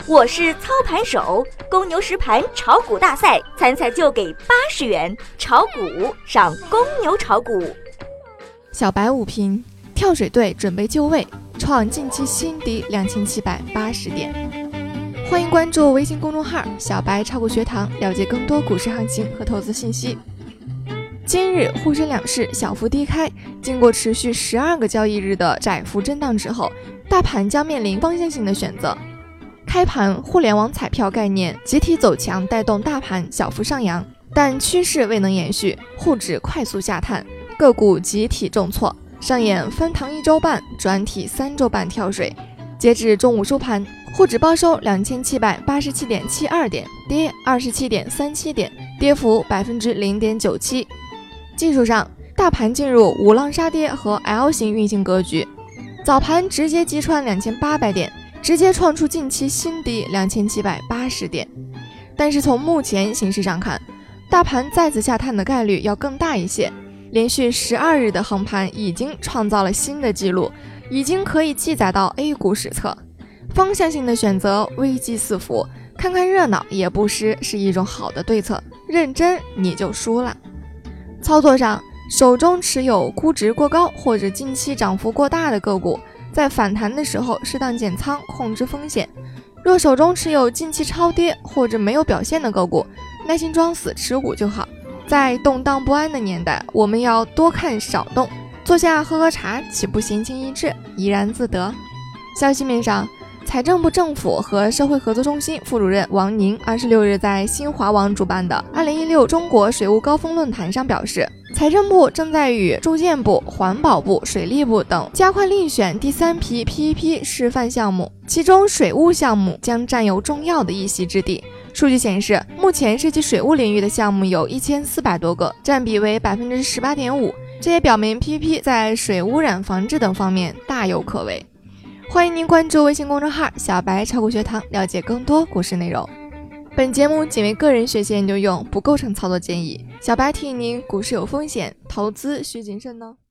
我是操盘手，公牛实盘炒股大赛，参赛就给80元，炒股上公牛炒股。 小白午评：跳水队准备就位，创近期新低2780点。欢迎关注微信公众号小白炒股学堂，了解更多股市行情和投资信息。今日沪深两市小幅低开，经过持续12个交易日的窄幅震荡之后，大盘将面临方向性的选择。开盘互联网彩票概念集体走强，带动大盘小幅上扬，但趋势未能延续，沪指快速下探，个股集体重挫，上演翻堂1周半转体3周半跳水。截至中午收盘，沪指报收2787.72点，跌27.37点，跌幅0.97%。技术上，大盘进入五浪杀跌和 L 型运行格局，早盘直接击穿2800点，直接创出近期新低2780点。但是从目前形势上看，大盘再次下探的概率要更大一些。连续12日的横盘已经创造了新的纪录，已经可以记载到 A 股史册。方向性的选择，危机四伏，看看热闹也不失是一种好的对策，认真你就输了。操作上，手中持有估值过高或者近期涨幅过大的个股，在反弹的时候适当减仓，控制风险。若手中持有近期超跌或者没有表现的个股，耐心装死持股就好。在动荡不安的年代，我们要多看少动，坐下喝喝茶，岂不心情一致，怡然自得。消息面上，财政部政府和社会合作中心副主任王宁26日在新华网主办的2016中国水务高峰论坛上表示，财政部正在与住建部、环保部、水利部等加快遴选第3批 PPP 示范项目，其中水务项目将占有重要的一席之地。数据显示，目前涉及水务领域的项目有1400多个，占比为 18.5%， 这也表明 PPP 在水污染防治等方面大有可为。欢迎您关注微信公众号小白炒股学堂，了解更多股市内容。本节目仅为个人学习研究用，不构成操作建议。小白提醒您，股市有风险，投资需谨慎哦。